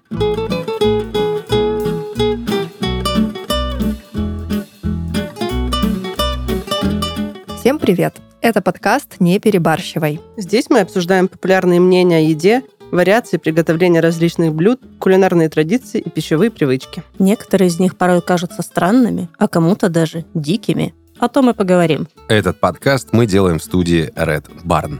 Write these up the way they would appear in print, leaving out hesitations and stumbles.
Всем привет! Это подкаст «Не перебарщивай». Здесь мы обсуждаем популярные мнения о еде, вариации приготовления различных блюд, кулинарные традиции и пищевые привычки. Некоторые из них порой кажутся странными, а кому-то даже дикими. О том и поговорим. Этот подкаст мы делаем в студии Red Barn.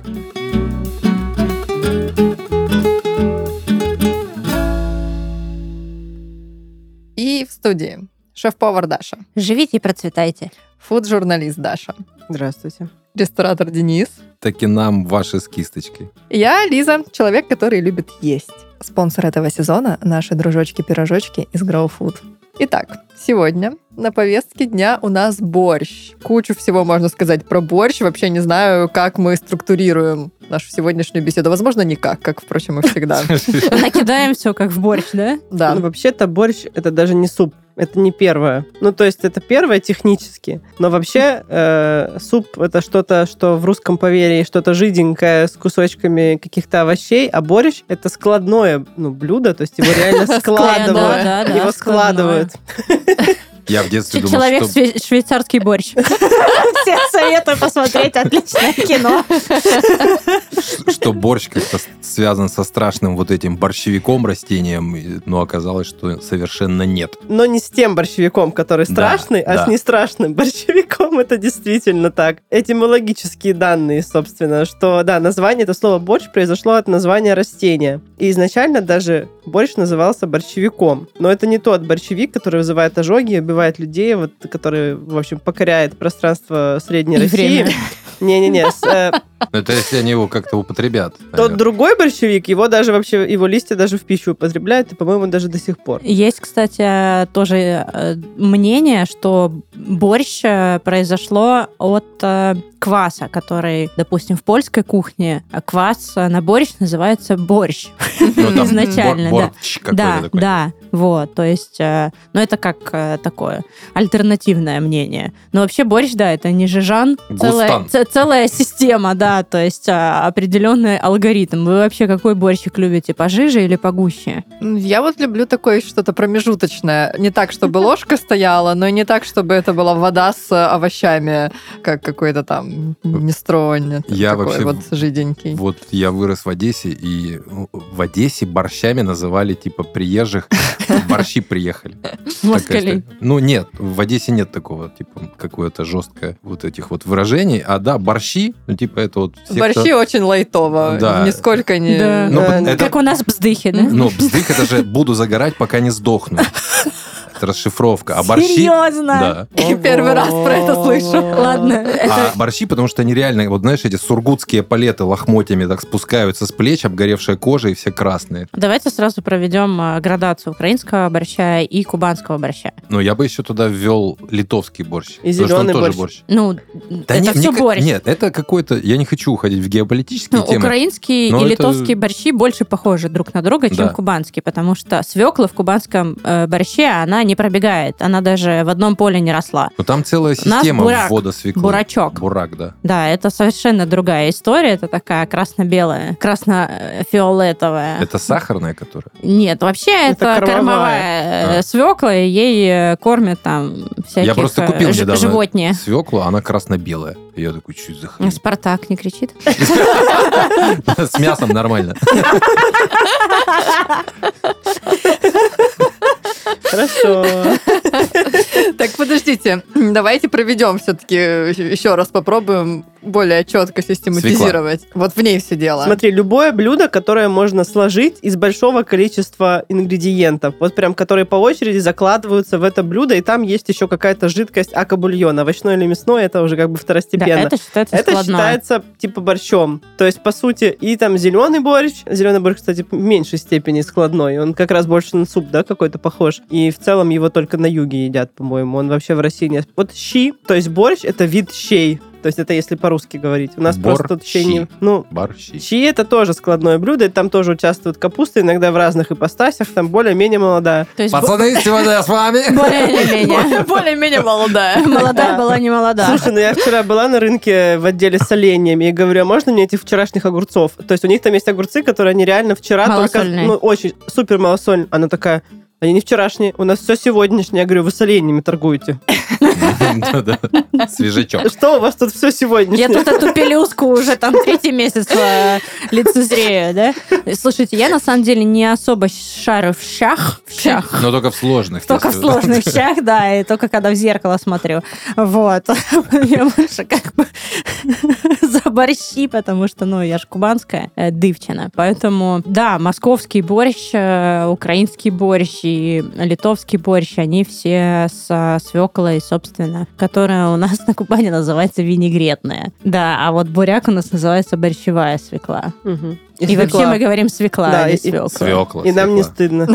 И в студии шеф-повар Даша, Живите и процветайте. фуд-журналист Даша, Здравствуйте. ресторатор Денис. Так и нам ваши с кисточкой. Я Лиза, человек, который любит есть. Спонсор этого сезона — наши дружочки-пирожочки из Grow Food. Итак, сегодня на повестке дня у нас борщ. Кучу всего можно сказать про борщ. Вообще не знаю, как мы структурируем нашу сегодняшнюю беседу. Возможно, никак, как, впрочем, и всегда. Накидаем все как в борщ, да? Да. Ну, вообще-то борщ — это даже не суп. Это не первое. Ну, то есть это первое технически. Но вообще суп — это что-то, что в русском поверье что-то жиденькое с кусочками каких-то овощей, а борщ — это складное блюдо, то есть его реально складывают. Его складывают. Я в детстве думал, Человек что... швейцарский борщ. Всем советую посмотреть, отличное кино. что борщ как-то связан со страшным вот этим борщевиком растением, но оказалось, что совершенно нет. Но не с тем борщевиком, который страшный, а с нестрашным борщевиком. Это действительно так. Этимологические данные, собственно, что, да, название, это слово борщ произошло от названия растения. И изначально даже борщ назывался борщевиком. Но это не тот борщевик, который вызывает ожоги, убивает людей, вот, который, в общем, покоряет пространство Средней России. Не-не-не. Это если они его как-то употребят. Тот другой борщевик, его даже вообще, его листья даже в пищу употребляют, и, по-моему, даже до сих пор. Есть, кстати, тоже мнение, что борщ произошло от кваса, который, допустим, в польской кухне квас на борщ называется борщ. Изначально, да. Борщ какой-то такой. Да, вот, то есть, ну, это как такое альтернативное мнение. Но вообще борщ, да, это не жижан, целая система, да, то есть определенный алгоритм. Вы вообще какой борщик любите, пожиже или погуще? Я вот люблю такое что-то промежуточное. Не так, чтобы ложка стояла, но и не так, чтобы это была вода с овощами, как какой-то там нестронь. Я такой вообще вот жиденький. Вот я вырос в Одессе, и в Одессе борщами называли типа приезжих. Борщи приехали. Москалей. Ну нет, в Одессе нет такого, типа, какое-то жесткое вот этих вот выражений. А да, борщи, ну типа это вот... Борщи очень лайтово, Да. нисколько не... Да. Ну, это... Как у нас бздыхи, да? Ну, бздых это же буду загорать, пока не сдохну. Это расшифровка. А борщи... Серьезно? Да. Первый раз про это слышу. Ладно. А борщи, потому что они реально, вот знаешь, эти сургутские палеты лохмотьями так спускаются с плеч, обгоревшая кожа и все красные. Давайте сразу проведем градацию украинского борща и кубанского борща. Но я бы еще туда ввел литовский борщ. И потому что он зеленый тоже борщ. борщ. Ну, Да это все борщ. Нет, это какой-то... Я не хочу уходить в геополитические Ну, темы. украинские но и это- литовские борщи больше похожи друг на друга, чем Да. кубанские, потому что свекла в кубанском борще, она не пробегает, она даже в одном поле не росла. Но там целая У нас система бурак, ввода свеклы. бурачок. Бурак, да. Да, это совершенно другая история, это такая красно-белая, красно-фиолетовая. Это сахарная, которая? Нет, вообще Это это кормовая. кормовая свекла, и ей кормят там всяких Я просто купил недавно животные. свеклу, она красно-белая. И я такой, что это за хрень? Спартак не кричит? С мясом нормально. Хорошо. Так, подождите, давайте проведем все-таки еще раз попробуем более четко систематизировать. Вот в ней все дело. Смотри, любое блюдо, которое можно сложить из большого количества ингредиентов, вот прям которые по очереди закладываются в это блюдо, и там есть еще какая-то жидкость ака-бульон, овощной или мясной, это уже как бы Да, второстепенно. это считается Это складное. считается типа борщом. То есть, по сути, и там зеленый борщ, кстати, в меньшей степени складной, он как раз больше на суп, да, какой-то похож. И в целом его только на юге едят, по-моему, он вообще в России не... Вот щи, то есть борщ, это вид щей. То есть это если по-русски говорить. У нас просто тут щи. Борщи. Щи это тоже складное блюдо, и там тоже участвует капуста, иногда в разных ипостасях, там более-менее молодая. Пацаны, сегодня я с вами. Более-менее молодая. Молодая была не молодая. Слушай, я вчера была на рынке в отделе с оленями и говорю, а можно мне этих вчерашних огурцов? То есть у них там есть огурцы, которые они реально вчера только... очень супер малосольные. Она такая... Они не вчерашние, у нас все сегодняшнее. Я говорю, вы с оленями торгуете. Да-да, свежачок. Что у вас тут все сегодняшнее? Я тут эту пелюску уже там 3-й месяц лицезрею, да? Слушайте, я на самом деле не особо шарю в щах. Но только в сложных. Только в сложных щах, да, и только когда в зеркало смотрю. Вот. Я больше как бы за борщи, потому что, я же кубанская дывчина. Поэтому, да, московский борщ, украинский борщ и литовский борщ, они все со свеклой, собственно, которая у нас на Кубани называется винегретная. Да, а вот буряк у нас называется борщевая свекла. Угу. И вообще мы говорим свекла, да, а не свекла. Свекла. И нам не стыдно.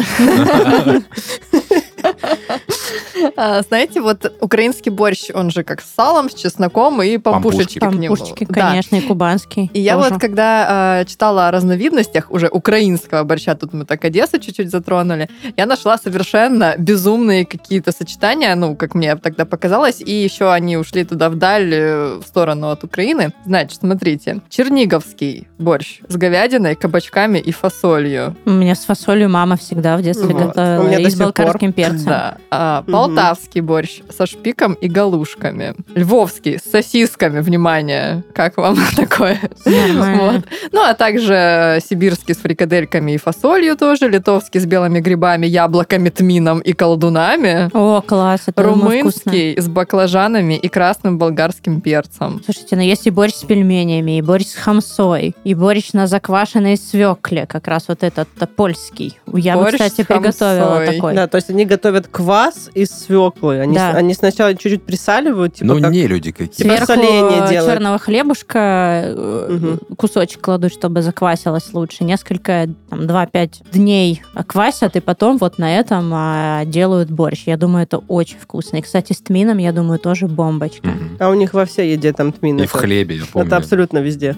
Знаете, вот украинский борщ, он же как с салом, с чесноком и пампушечки к нему. Пампушечки, конечно, и кубанский. И я вот, когда читала о разновидностях уже украинского борща, тут мы так Одессу чуть-чуть затронули, я нашла совершенно безумные какие-то сочетания, как мне тогда показалось, и еще они ушли туда вдаль, в сторону от Украины. Значит, смотрите, черниговский борщ с говядиной, кабачками и фасолью. У меня с фасолью мама всегда в детстве готовила, и с болгарским перцем. Да. Полтавский борщ со шпиком и галушками. Львовский с сосисками, внимание. Как вам такое? Нормально. Вот. А также сибирский с фрикадельками и фасолью тоже, литовский с белыми грибами, яблоками, тмином и колдунами. О, класс, это румынский с баклажанами и красным болгарским перцем. Слушайте, есть и борщ с пельменями, и борщ с хамсой, и борщ на заквашенной свекле, как раз вот этот польский. Я бы, кстати, приготовила такой. Да, то есть они готовят квас из свеклы. Они сначала чуть-чуть присаливают. Не люди какие. Сверху черного хлебушка кусочек кладут, чтобы заквасилось лучше. Несколько, 2-5 дней квасят, и потом вот на этом делают борщ. Я думаю, это очень вкусно. И, кстати, с тмином, я думаю, тоже бомбочка. А у них во всей еде там тмин. И в хлебе, я помню. Это абсолютно везде.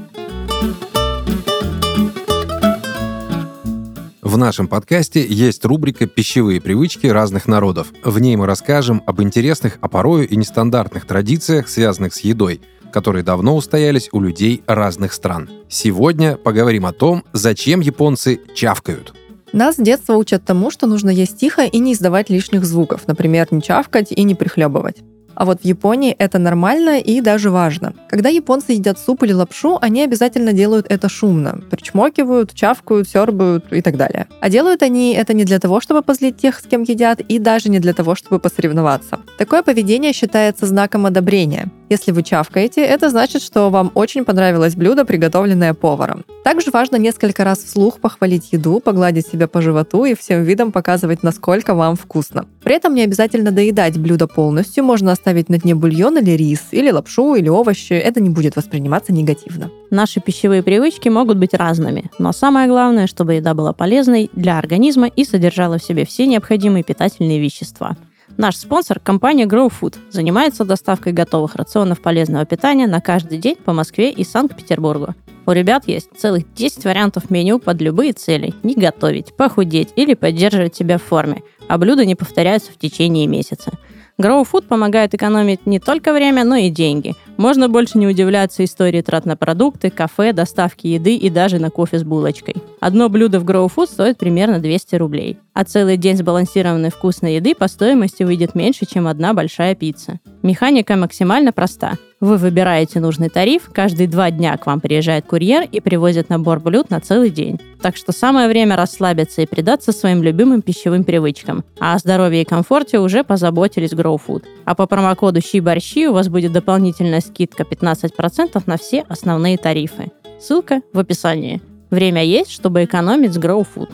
В нашем подкасте есть рубрика «Пищевые привычки разных народов». В ней мы расскажем об интересных, а порою и нестандартных традициях, связанных с едой, которые давно устоялись у людей разных стран. Сегодня поговорим о том, зачем японцы чавкают. Нас с детства учат тому, что нужно есть тихо и не издавать лишних звуков, например, не чавкать и не прихлебывать. А вот в Японии это нормально и даже важно. Когда японцы едят суп или лапшу, они обязательно делают это шумно. Причмокивают, чавкают, сёрбают и так далее. А делают они это не для того, чтобы позлить тех, с кем едят, и даже не для того, чтобы посоревноваться. Такое поведение считается знаком одобрения. Если вы чавкаете, это значит, что вам очень понравилось блюдо, приготовленное поваром. Также важно несколько раз вслух похвалить еду, погладить себя по животу и всем видом показывать, насколько вам вкусно. При этом не обязательно доедать блюдо полностью, можно оставить на дне бульон или рис, или лапшу, или овощи. Это не будет восприниматься негативно. Наши пищевые привычки могут быть разными, но самое главное, чтобы еда была полезной для организма и содержала в себе все необходимые питательные вещества. Наш спонсор, компания Grow Food, занимается доставкой готовых рационов полезного питания на каждый день по Москве и Санкт-Петербургу. У ребят есть целых 10 вариантов меню под любые цели. Не готовить, похудеть или поддерживать себя в форме, а блюда не повторяются в течение месяца. Grow Food помогает экономить не только время, но и деньги. Можно больше не удивляться истории трат на продукты, кафе, доставки еды и даже на кофе с булочкой. Одно блюдо в Grow Food стоит примерно 200 рублей. А целый день сбалансированной вкусной еды по стоимости выйдет меньше, чем одна большая пицца. Механика максимально проста. Вы выбираете нужный тариф, каждые 2 дня к вам приезжает курьер и привозит набор блюд на целый день. Так что самое время расслабиться и предаться своим любимым пищевым привычкам. А о здоровье и комфорте уже позаботились Grow Food. А по промокоду «Щи-борщи» у вас будет дополнительная скидка 15% на все основные тарифы. Ссылка в описании. Время есть, чтобы экономить с Grow Food.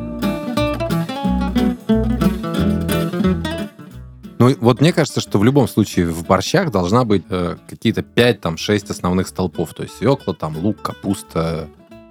Вот мне кажется, что в любом случае в борщах должна быть какие-то 5-6 основных столпов. То есть свекла, лук, капуста,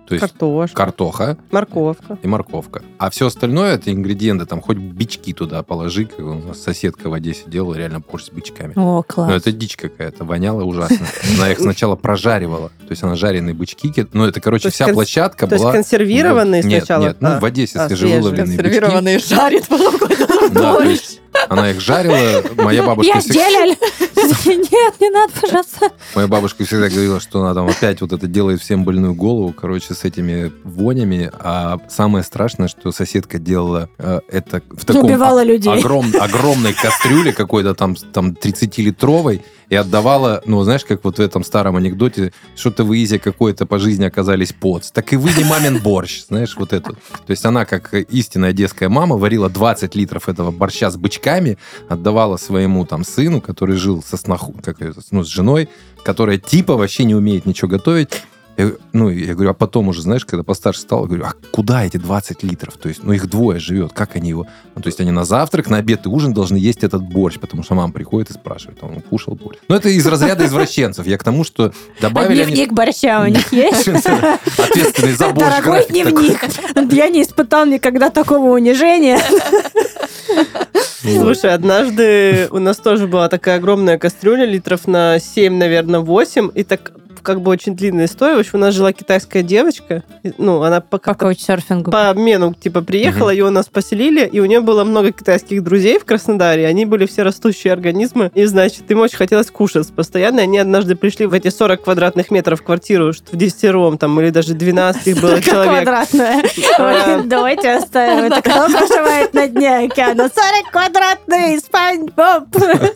То есть картоха, морковка. И морковка. А все остальное, это ингредиенты, там хоть бички туда положи, как у нас соседка в Одессе делала, реально борщ с бичками. О, класс. Но это дичь какая-то, воняло ужасно. Она их сначала прожаривала. То есть она жареные бычки. Ну, это, короче, вся площадка была... То есть консервированные сначала? Нет, в Одессе свежевыловленные бички. Консервированные жарит, потом какой-то борщ. Она их жарила, моя бабушка... Я сделали! Нет, не надо, пожалуйста. Моя бабушка всегда говорила, что она там опять вот это делает всем больную голову, короче, с этими вонями. А самое страшное, что соседка делала это в таком... Убивала людей. Огромной кастрюле какой-то там 30-литровой и отдавала, ну, знаешь, как вот в этом старом анекдоте, что-то вы, Изя, какой-то по жизни оказались поц. Так и вы не мамин борщ, знаешь, вот это. То есть она, как истинная одесская мама, варила 20 литров этого борща с бычками, отдавала своему там сыну, который жил с женой, которая типа вообще не умеет ничего готовить. Я говорю, а потом уже, знаешь, когда постарше стал, говорю, а куда эти 20 литров? То есть, их двое живет, как они его... Ну, то есть, они на завтрак, на обед и ужин должны есть этот борщ, потому что мама приходит и спрашивает, он кушал борщ. Но это из разряда извращенцев. Я к тому, что добавили... А дневник борща у них есть? Ответственный за борщ. Дорогой дневник. Я не испытал никогда такого унижения. Слушай, однажды у нас тоже была такая огромная кастрюля, литров на 7, наверное, 8, и так как бы очень длинная история. В общем, у нас жила китайская девочка, она по каучсерфингу. По обмену, приехала, ее у нас поселили, и у нее было много китайских друзей в Краснодаре, они были все растущие организмы, и, значит, им очень хотелось кушать постоянно, они однажды пришли в эти 40 квадратных метров квартиру, что в 10-ром, там, или даже 12 их было человек. Квадратная. Давайте оставим это. Кто проживает на дне океана? 40 квадратный Спанч Боб.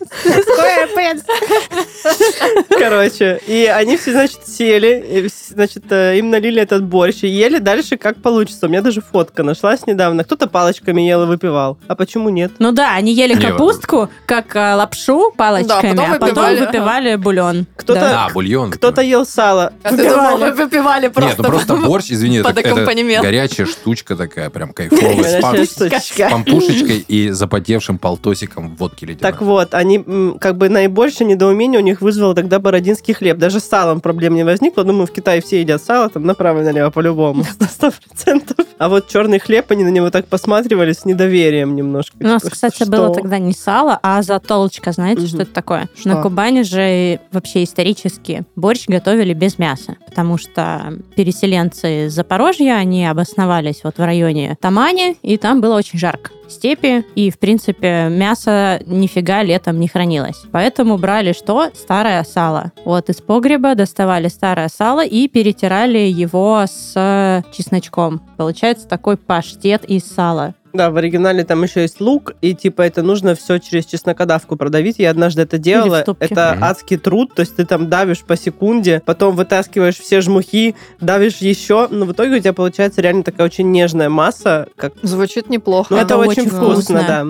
Короче, и они все, значит, сели, значит, им налили этот борщ и ели дальше как получится. У меня даже фотка нашлась недавно. Кто-то палочками ел и выпивал. А почему нет? Ну да, они ели капустку, как лапшу палочками, а потом выпивали бульон. Бульон. Кто-то ел сало. Выпивали просто. Нет, просто борщ, извини, под аккомпанемент. Горячая штучка такая, прям кайфовая, с пампушечкой и запотевшим полтосиком водки ледяной. Так вот, они как бы наибольшее недоумение у них вызвало тогда бородинский хлеб. Даже с салом проблем не возникло. Думаю, в Китае все едят сало, там направо и налево по-любому, 100%. А вот черный хлеб, они на него так посматривали с недоверием немножко. У нас, кстати, было тогда не сало, а затолочка. Знаете, что это такое? На Кубани же вообще исторически борщ готовили без мяса, потому что переселенцы из Запорожья, они обосновались вот в районе Тамани, и там было очень жарко. Степи, и, в принципе, мясо нифига летом не хранилось. Поэтому брали что? Старое сало. Вот из погреба доставали старое сало и перетирали его с чесночком. Получается такой паштет из сала. Да, в оригинале там еще есть лук, и это нужно все через чеснокодавку продавить. Я однажды это делала. Это адский труд, то есть ты там давишь по секунде, потом вытаскиваешь все жмухи, давишь еще, но в итоге у тебя получается реально такая очень нежная масса. Звучит неплохо. Ну, это очень вкусно, да.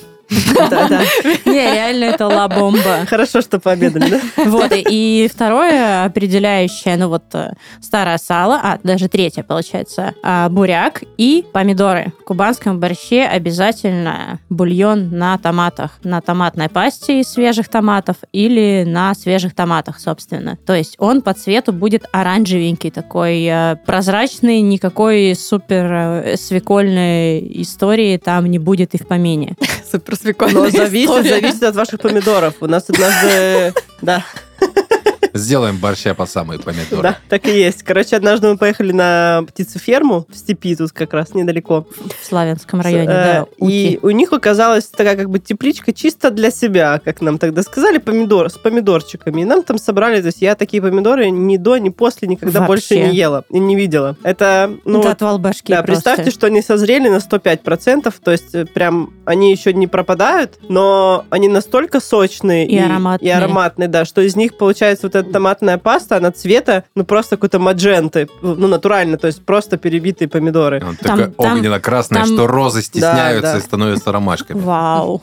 Да. Не, реально это ла-бомба. Хорошо, что пообедали, да? Вот, и второе определяющее, старое сало, даже третье, получается, буряк и помидоры. В кубанском борще обязательно бульон на томатах, на томатной пасте из свежих томатов или на свежих томатах, собственно. То есть он по цвету будет оранжевенький, такой прозрачный, никакой супер свекольной истории там не будет и в помине. Но зависит от ваших помидоров. У нас однажды... Да. Сделаем борща по самые помидоры. Да, так и есть. Короче, однажды мы поехали на птицеферму в степи, тут как раз недалеко. В Славянском районе, да. И у них оказалась такая как бы тепличка чисто для себя, как нам тогда сказали, с помидорчиками. И нам там собрали, то есть я такие помидоры ни до, ни после никогда больше не ела и не видела. Это, это отвал башки. Да, представьте, что они созрели на 105%, то есть прям они еще не пропадают, но они настолько сочные и ароматные, да, что из них получается вот эта томатная паста, она цвета, просто какой-то мадженты, натурально, то есть просто перебитые помидоры. Он такой огненно-красный, что розы стесняются и становятся ромашками. Вау.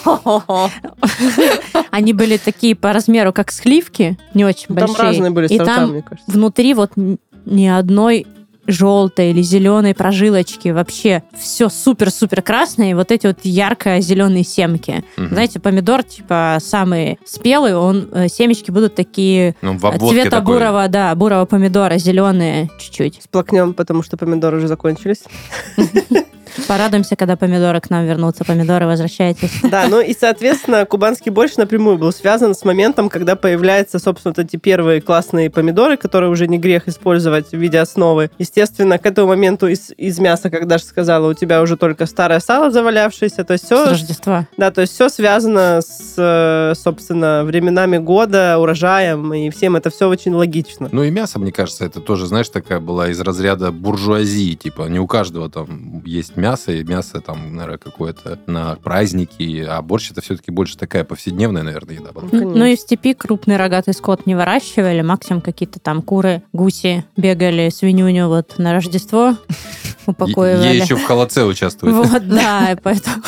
Они были такие по размеру, как сливки, не очень большие. Там разные были сорта, мне кажется. Внутри ни одной желтой или зеленой прожилочки. Вообще все супер-супер красное, и вот эти вот ярко-зеленые семки. Знаете, помидор, типа, самый спелый, семечки будут такие цвета бурого, да, бурого помидора, зеленые чуть-чуть. Сплакнем, потому что помидоры уже закончились. Порадуемся, когда помидоры к нам вернутся. Помидоры, возвращайтесь. Да, ну и, соответственно, кубанский борщ напрямую был связан с моментом, когда появляются, собственно, эти первые классные помидоры, которые уже не грех использовать в виде основы. Естественно, к этому моменту из мяса, как Даша сказала, у тебя уже только старое сало завалявшееся. То есть все... С Рождества. Да, то есть все связано с, собственно, временами года, урожаем, и всем это все очень логично. Ну и мясо, мне кажется, это тоже, знаешь, такая была из разряда буржуазии. Типа, не у каждого там есть мясо, и мясо там, наверное, какое-то на праздники, а борщ это все-таки больше такая повседневная, наверное, еда была. Ну и в степи крупный рогатый скот не выращивали, максимум какие-то там куры, гуси бегали, свинюню вот на Рождество упокоивали. Ей еще в холодце участвует. Вот, да, поэтому...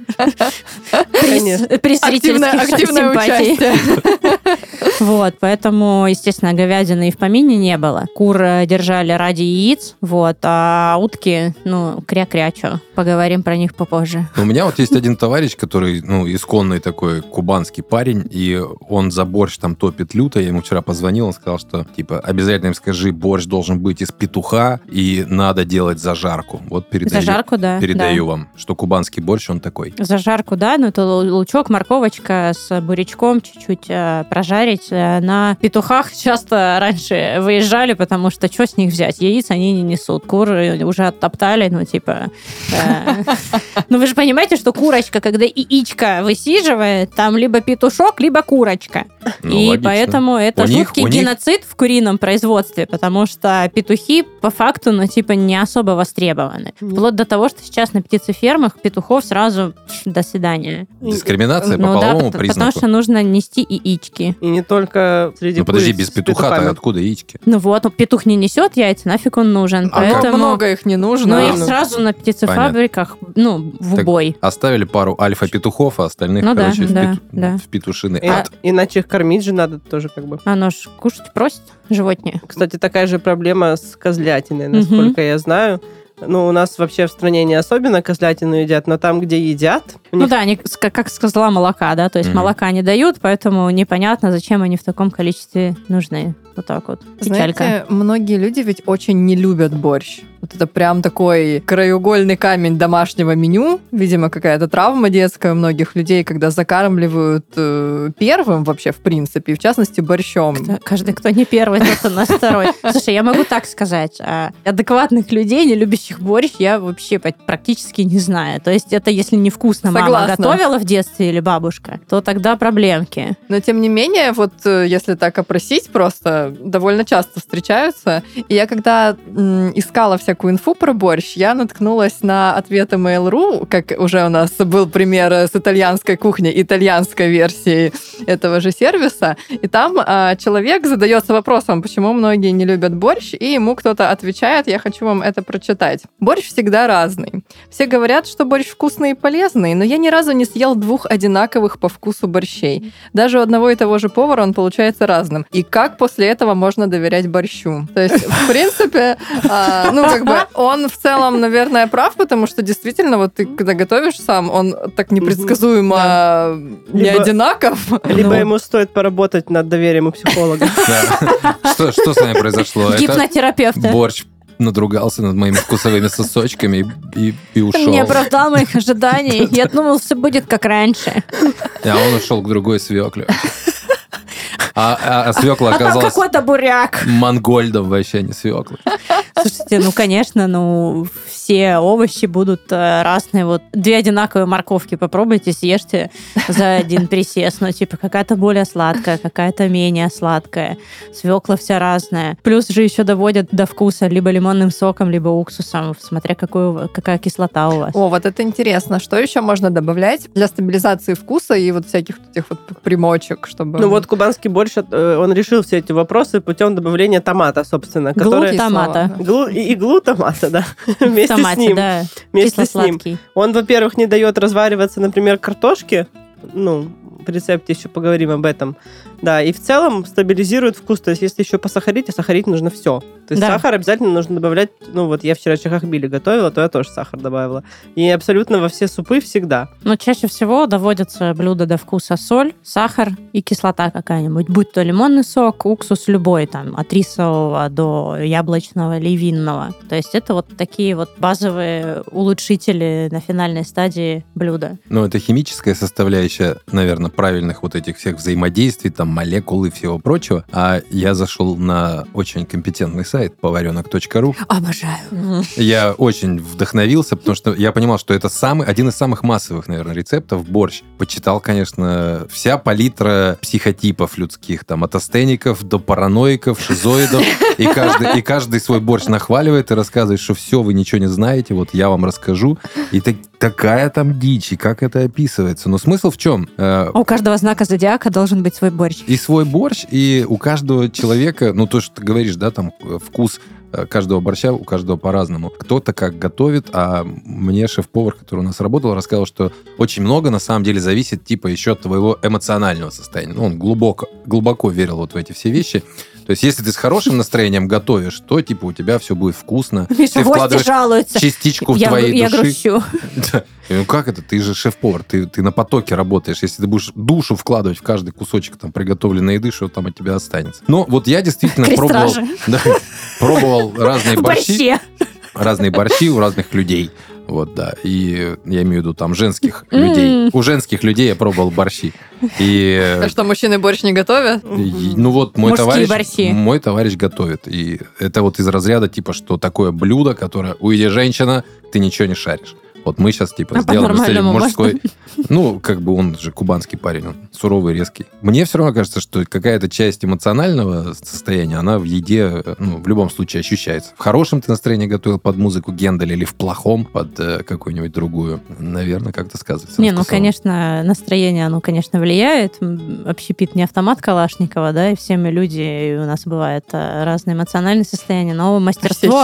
При зрительских симпатий. Вот, поэтому, естественно, говядины и в помине не было. Кур держали ради яиц, вот, а утки, кря-крячо. Поговорим про них попозже. У меня вот есть один товарищ, который, исконный такой кубанский парень, и он за борщ там топит люто. Я ему вчера позвонил, он сказал, что, типа, обязательно им скажи, борщ должен быть из петуха, и надо делать зажарку. Вот передаю вам, что кубанский борщ, он такой. Зажарку, да, это лучок, морковочка с бурячком чуть-чуть прожарить. На петухах часто раньше выезжали, потому что что с них взять? Яиц они не несут. Кур уже оттоптали, вы же понимаете, что курочка, когда яичко высиживает, там либо петушок, либо курочка. И логично. Поэтому это жуткий геноцид в курином производстве, потому что петухи по факту, не особо востребованы. Вплоть до того, что сейчас на птицефермах петухов сразу до свидания. Дискриминация по половому признаку. Потому что нужно нести яички. И не только среди подожди, без петуха-то откуда яички? Петух не несет яйца, нафиг он нужен. Поэтому... много их не нужно. Но их сразу на птицефабриках, в убой. Так оставили пару альфа-петухов, а остальных, в петушиный ад. Иначе их кормить же надо тоже как бы. Оно ж кушать просит, животные. Кстати, такая же проблема с козлятиной, насколько я знаю. У нас вообще в стране не особенно козлятину едят, но там, где едят... они как с козла молока, да, то есть молока не дают, поэтому непонятно, зачем они в таком количестве нужны. Вот так вот. Печалька. Знаете, многие люди ведь очень не любят борщ. Вот это прям такой краеугольный камень домашнего меню. Видимо, какая-то травма детская у многих людей, когда закармливают первым вообще, в принципе, и в частности, борщом. Каждый, кто не первый, тот у нас второй. Слушай, я могу так сказать. Адекватных людей, не любящих борщ, я вообще практически не знаю. То есть это если невкусно мама готовила в детстве или бабушка, то тогда проблемки. Но тем не менее, вот если так опросить, просто довольно часто встречаются. И я когда искала всякую инфу про борщ, я наткнулась на ответы Mail.ru, как уже у нас был пример с итальянской кухней, итальянской версии этого же сервиса. И там человек задается вопросом, почему многие не любят борщ, и ему кто-то отвечает, я хочу вам это прочитать. Борщ всегда разный. Все говорят, что борщ вкусный и полезный, но я ни разу не съел двух одинаковых по вкусу борщей. Даже у одного и того же повара он получается разным. И как после этого можно доверять борщу? То есть, в принципе, он в целом, наверное, прав, потому что действительно, вот ты когда готовишь сам, он так непредсказуемо не одинаков. Либо ему стоит поработать над доверием у психолога. Что с вами произошло? Гипнотерапевта. Борщ надругался над моими вкусовыми сосочками и ушел. Не оправдал моих ожиданий. Я думал, все будет как раньше. А он ушел к другой свекле. А свекла оказалась... какой-то буряк. Мангольдом вообще, не свеклой. Слушайте, конечно, все овощи будут разные. Вот 2 одинаковые морковки попробуйте, съешьте за один присест. Какая-то более сладкая, какая-то менее сладкая. Свекла вся разная. Плюс же еще доводят до вкуса либо лимонным соком, либо уксусом, смотря какая кислота у вас. О, вот это интересно. Что еще можно добавлять для стабилизации вкуса и вот всяких этих вот примочек, чтобы... Кубанский борщ, он решил все эти вопросы путем добавления томата, собственно. Глутамата. И глутамата, да. Вместе с ним. Да. Вместе с ним. Он, во-первых, не дает развариваться, например, картошке. В рецепте еще поговорим об этом. Да, и в целом стабилизирует вкус. То есть если еще посахарить, а сахарить нужно все. То есть сахар обязательно нужно добавлять. Ну вот я вчера чахахбили готовила, то я тоже сахар добавила. И абсолютно во все супы всегда. Но чаще всего доводятся блюда до вкуса соль, сахар и кислота какая-нибудь. Будь то лимонный сок, уксус любой, там, от рисового до яблочного или винного. То есть это вот такие вот базовые улучшители на финальной стадии блюда. Ну, это химическая составляющая, наверное, правильных вот этих всех взаимодействий, там, молекул и всего прочего. А я зашел на очень компетентный сайт поваренок.ру. Обожаю. Я очень вдохновился, потому что я понимал, что это один из самых массовых, наверное, рецептов борщ. Почитал, конечно, вся палитра психотипов людских, там, от астеников до параноиков, шизоидов. И каждый свой борщ нахваливает и рассказывает, что все, вы ничего не знаете, вот я вам расскажу. И такая там дичь, и как это описывается. Но смысл в чем? У каждого знака зодиака должен быть свой борщ. И свой борщ, и у каждого человека, ну, то, что ты говоришь, да, там, вкус каждого борща у каждого по-разному. Кто-то как готовит, а мне шеф-повар, который у нас работал, рассказал, что очень много на самом деле зависит типа еще от твоего эмоционального состояния. Ну, он глубоко верил вот в эти все вещи. То есть, если ты с хорошим настроением готовишь, то типа у тебя все будет вкусно. Миша, ты гости жалуются. Частичку в твоей души. Я грущу. Да. Ну как это? Ты же шеф-повар, ты на потоке работаешь. Если ты будешь душу вкладывать в каждый кусочек там приготовленной еды, что там от тебя останется. Но вот я действительно пробовал разные борщи. Разные борщи у разных людей. Вот, да. И я имею в виду там женских людей. У женских людей я пробовал борщи. А что, мужчины борщ не готовят? Ну вот мой товарищ готовит. И это вот из разряда типа, что такое блюдо, которое уйди, женщина, ты ничего не шаришь. Вот мы сейчас, типа, сделаем мужской... Ну, как бы он же кубанский парень, он суровый, резкий. Мне все равно кажется, что какая-то часть эмоционального состояния, она в еде, ну, в любом случае ощущается. В хорошем ты настроении готовил под музыку Генделя или в плохом под какую-нибудь другую. Наверное, как-то сказывается. Не, ну, конечно, настроение, оно, конечно, влияет. Общепит не автомат Калашникова, да, и все мы люди, и у нас бывают разные эмоциональные состояния, но мастерство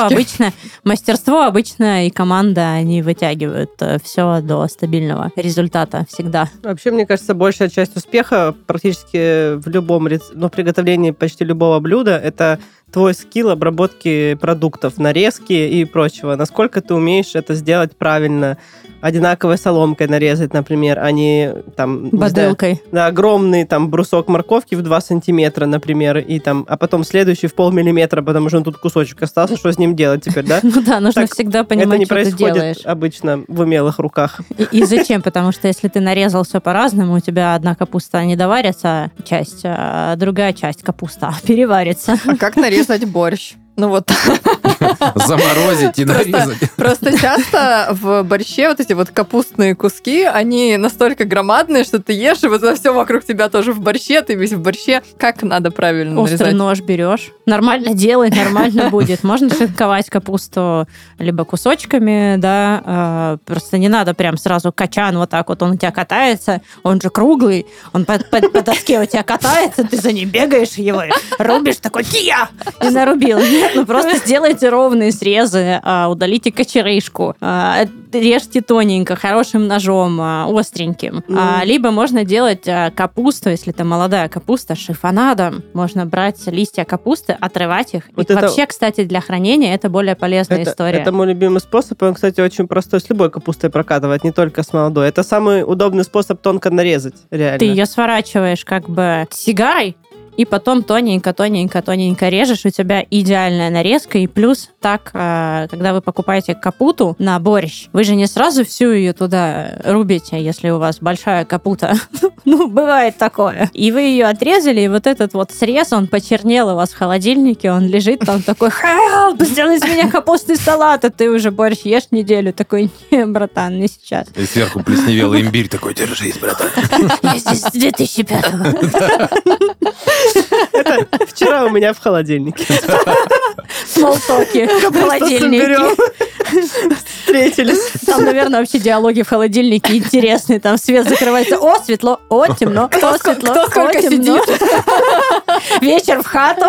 обычно и команда, они вытягивают все до стабильного результата всегда. Вообще, мне кажется, большая часть успеха практически в любом приготовлении почти любого блюда — это твой скилл обработки продуктов, нарезки и прочего. Насколько ты умеешь это сделать правильно, одинаковой соломкой нарезать, например, а не там... Бадылкой. Да, огромный там брусок морковки в 2 сантиметра, например, и там, а потом следующий в полмиллиметра, потому что он тут кусочек остался, что с ним делать теперь, да? Ну да, нужно всегда понимать, что ты делаешь. Это не происходит обычно в умелых руках. И зачем? Потому что если ты нарезал все по-разному, у тебя одна капуста не доварится часть, а другая часть капуста переварится. А как нарезать борщ? Ну вот. Заморозить и нарезать. Просто часто в борще вот эти вот капустные куски, они настолько громадные, что ты ешь, и вот это все вокруг тебя тоже в борще, ты весь в борще. Как надо правильно нарезать? Острый нож берешь. Нормально делай, нормально будет. Можно шинковать капусту либо кусочками, да, просто не надо прям сразу качан вот так вот, он у тебя катается, он же круглый, он по доске у тебя катается, ты за ним бегаешь, его рубишь, такой кия! И нарубил. Ну, просто сделайте ровные срезы, удалите кочерышку, режьте тоненько, хорошим ножом, остреньким. Либо можно делать капусту, если это молодая капуста, шифонадом. Можно брать листья капусты, отрывать их. Вот и это... вообще, кстати, для хранения это более полезная история. Это мой любимый способ, он, кстати, очень простой. С любой капустой прокатывать, не только с молодой. Это самый удобный способ тонко нарезать, реально. Ты ее сворачиваешь как бы сигарой, и потом тоненько режешь, у тебя идеальная нарезка, и плюс так, когда вы покупаете капуту на борщ, вы же не сразу всю ее туда рубите, если у вас большая капута. Ну, бывает такое. И вы ее отрезали, и вот этот вот срез, он почернел у вас в холодильнике, он лежит там такой, help, сделай из меня капустный салат, а ты уже борщ ешь неделю, такой, не, братан, не сейчас. И сверху плесневелый имбирь такой, держись, братан. Я здесь с 2005-го. Это вчера у меня в холодильнике. Смолтоки в холодильнике. Встретились. Там, наверное, вообще диалоги в холодильнике интересные. Там свет закрывается. О, светло, о, темно, о, светло, кто сколько сидит. Вечер в хату.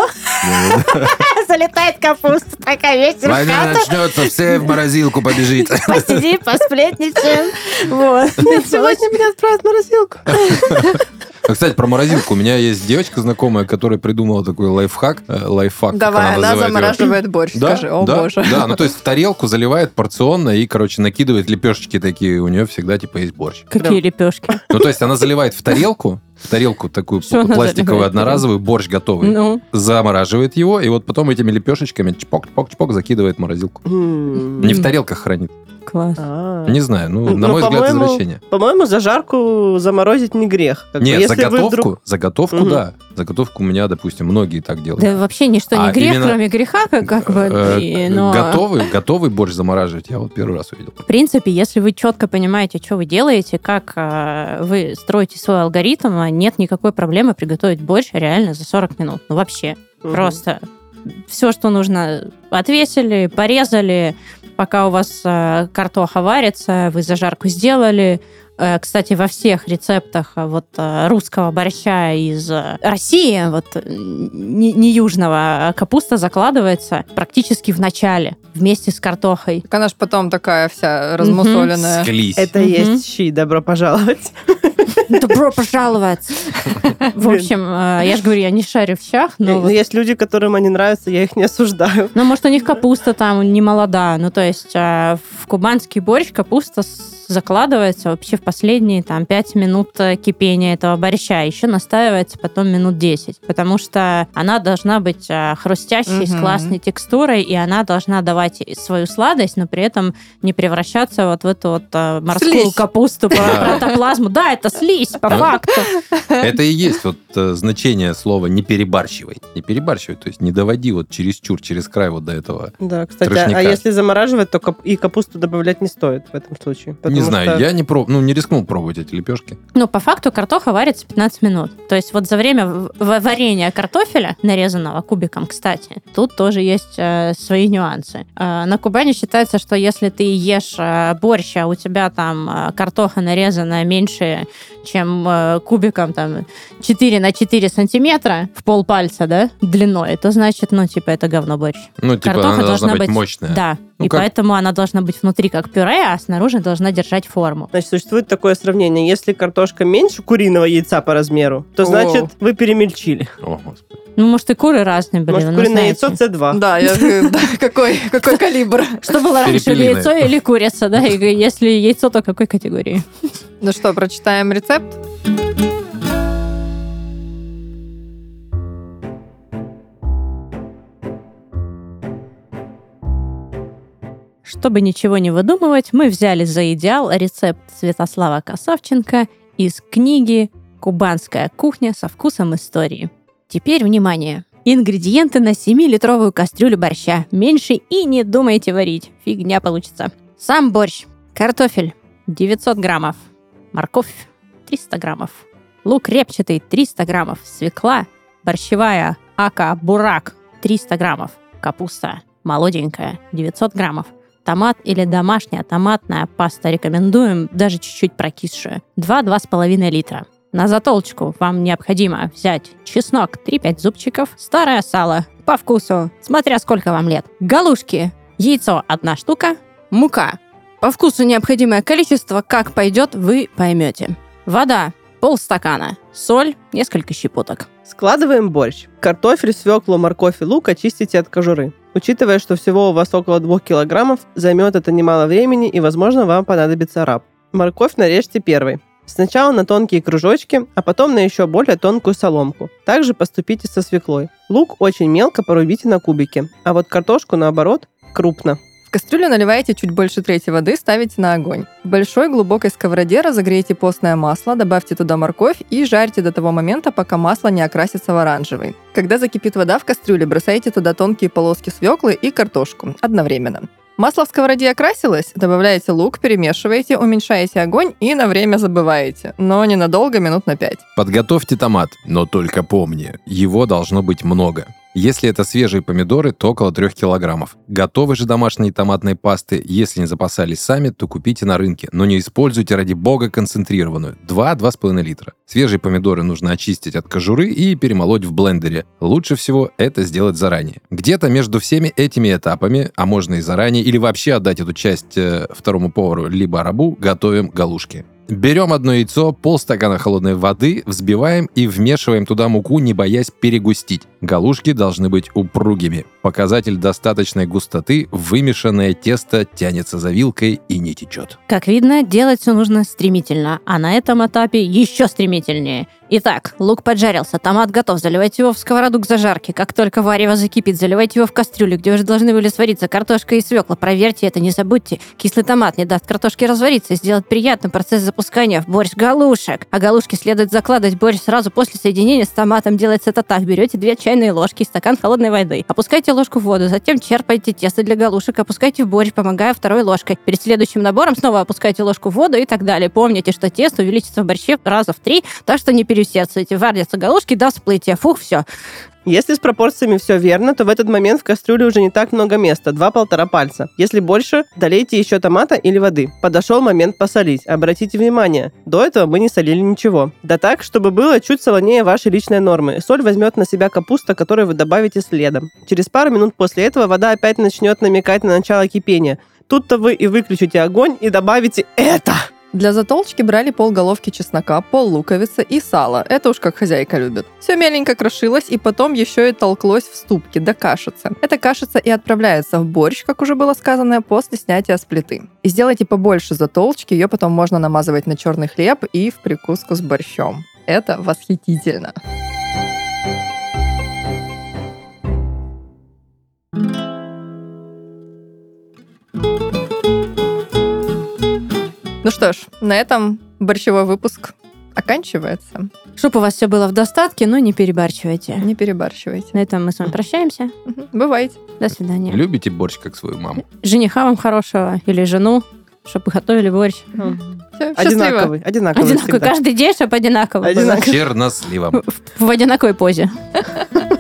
Залетает капуста. Такая, вечер в хату. Война начнется, все в морозилку побежит. Посиди, посплетничаем. Вот. Нет, сегодня меня отправят в морозилку. Кстати, про морозилку. У меня есть девочка знакомая, которая придумала такой лайфхак. Давай, она замораживает борщ, скажи. О, боже. Да, ну то есть в тарелку заливает порционно и, накидывает лепешечки такие. У нее всегда есть борщ. Какие лепешки? Ну то есть она заливает в тарелку такую пластиковую одноразовую, борщ готовый. Замораживает его, и вот потом этими лепешечками чпок-чпок-чпок закидывает в морозилку. Не в тарелках хранит. Класс. Не знаю, на мой взгляд, извращение. По-моему, зажарку заморозить не грех. Нет, заготовку, да. Заготовку у меня, допустим, многие так делают. Да вообще ничто не грех, кроме греха, как бы. Готовый борщ замораживать я вот первый раз увидел. В принципе, если вы четко понимаете, что вы делаете, как вы строите свой алгоритм, нет никакой проблемы приготовить борщ реально за 40 минут. Ну вообще. Просто все, что нужно, отвесили, порезали. Пока у вас картоха варится, вы зажарку сделали. Кстати, во всех рецептах русского борща из России, не южного, капуста закладывается практически в начале, вместе с картохой. Так она ж потом такая вся размусоленная. Склись. Это и есть щи, добро пожаловать. Добро пожаловать! В общем, я же говорю, я не шарю в щах, но... Есть люди, которым они нравятся, я их не осуждаю. Ну, может, у них капуста там не молода. Ну, то есть в кубанский борщ капуста закладывается вообще в последние 5 минут кипения этого борща. Еще настаивается потом минут 10. Потому что она должна быть хрустящей, с классной текстурой, и она должна давать свою сладость, но при этом не превращаться в эту морскую капусту, протоплазму. Да, это слизь, по факту. Это и есть значение слова «не перебарщивай». Не перебарщивай, то есть не доводи чересчур, через край до этого. Да, кстати, трешняка. А если замораживать, то и капусту добавлять не стоит в этом случае. Не знаю, я не рискнул пробовать эти лепешки. Ну, по факту картоха варится 15 минут. То есть за время варения картофеля, нарезанного кубиком, кстати, тут тоже есть свои нюансы. На Кубани считается, что если ты ешь борщ, а у тебя там картоха нарезана меньше, чем кубиком 4 на 4 сантиметра в полпальца, да, длиной, то значит, это говно борщ. Картоха она должна быть мощная. Да, поэтому она должна быть внутри как пюре, а снаружи должна держать форму. Значит, существует такое сравнение. Если картошка меньше куриного яйца по размеру, то значит, вы перемельчили. О, Господи. Ну, может, и куры разные были. Может, куриное яйцо C2. Да, какой калибр. Что было раньше, яйцо или курица, да? И если яйцо, то какой категории? Ну что, прочитаем рецепт? Чтобы ничего не выдумывать, мы взяли за идеал рецепт Святослава Косовченко из книги «Кубанская кухня со вкусом истории». Теперь внимание! Ингредиенты на 7-литровую кастрюлю борща. Меньше и не думайте варить. Фигня получится. Сам борщ. Картофель 900 граммов. Морковь 300 граммов. Лук репчатый 300 граммов. Свекла борщевая ака-бурак 300 граммов. Капуста молоденькая 900 граммов. Томат или домашняя томатная паста рекомендуем, даже чуть-чуть прокисшую. 2-2,5 литра. На затолочку вам необходимо взять чеснок 3-5 зубчиков, старое сало по вкусу, смотря сколько вам лет, галушки, яйцо 1 штука, мука. По вкусу необходимое количество, как пойдет, вы поймете. Вода полстакана, соль несколько щепоток. Складываем борщ. Картофель, свеклу, морковь и лук очистите от кожуры. Учитывая, что всего у вас около 2 килограммов, займет это немало времени и, возможно, вам понадобится раб. Морковь нарежьте первой. Сначала на тонкие кружочки, а потом на еще более тонкую соломку. Также поступите со свеклой. Лук очень мелко порубите на кубики, а вот картошку, наоборот, крупно. В кастрюлю наливаете чуть больше трети воды, ставите на огонь. В большой глубокой сковороде разогрейте постное масло, добавьте туда морковь и жарьте до того момента, пока масло не окрасится в оранжевый. Когда закипит вода в кастрюле, бросайте туда тонкие полоски свеклы и картошку одновременно. Масло в сковороде окрасилось, добавляете лук, перемешиваете, уменьшаете огонь и на время забываете, но ненадолго, минут на 5. Подготовьте томат, но только помни, его должно быть много. Если это свежие помидоры, то около 3 килограммов. Готовы же домашние томатные пасты, если не запасались сами, то купите на рынке, но не используйте ради бога концентрированную, 2-2,5 литра. Свежие помидоры нужно очистить от кожуры и перемолоть в блендере. Лучше всего это сделать заранее. Где-то между всеми этими этапами, а можно и заранее, или вообще отдать эту часть второму повару либо рабу, готовим галушки. Берем одно яйцо, полстакана холодной воды, взбиваем и вмешиваем туда муку, не боясь перегустить. Галушки должны быть упругими. Показатель достаточной густоты, вымешанное тесто тянется за вилкой и не течет. Как видно, делать все нужно стремительно, а на этом этапе еще стремительнее. Итак, лук поджарился, томат готов, заливайте его в сковороду к зажарке. Как только варево закипит, заливайте его в кастрюлю, где уже должны были свариться картошка и свекла. Проверьте это, не забудьте. Кислый томат не даст картошке развариться и сделать приятным процесс запускания в борщ галушек. А галушки следует закладывать в борщ сразу после соединения с томатом. Делается это так. Берете 2 чайные ложки и стакан холодной воды. Опускайте ложку в воду, затем черпайте тесто для галушек, опускайте в борщ, помогая второй ложкой. Перед следующим набором снова опускайте ложку в воду и так далее. Помните, что тесто увеличится в борще раза в 3, так что не переусердствуйте. Варятся галушки до всплытия. Фух, все. Если с пропорциями все верно, то в этот момент в кастрюле уже не так много места, 2-1,5 пальца. Если больше, долейте еще томата или воды. Подошел момент посолить. Обратите внимание, до этого мы не солили ничего. Да так, чтобы было чуть солонее вашей личной нормы. Соль возьмет на себя капуста, которую вы добавите следом. Через пару минут после этого вода опять начнет намекать на начало кипения. Тут-то вы и выключите огонь и добавите это. Для затолочки брали полголовки чеснока, пол-луковицы и сала. Это уж как хозяйка любит. Все меленько крошилось и потом еще и толклось в ступке до кашицы. Эта кашица и отправляется в борщ, как уже было сказано, после снятия с плиты. И сделайте побольше затолочки, ее потом можно намазывать на черный хлеб и в прикуску с борщом. Это восхитительно. Ну что ж, на этом борщевой выпуск оканчивается. Чтоб у вас все было в достатке, но не перебарщивайте. Не перебарщивайте. На этом мы с вами прощаемся. Бывайте. До свидания. Любите борщ, как свою маму? Жениха вам хорошего или жену, чтобы готовили борщ. Одинаковый. Одинаковый. Каждый день, чтобы одинаковый. Черносливом. В одинаковой позе.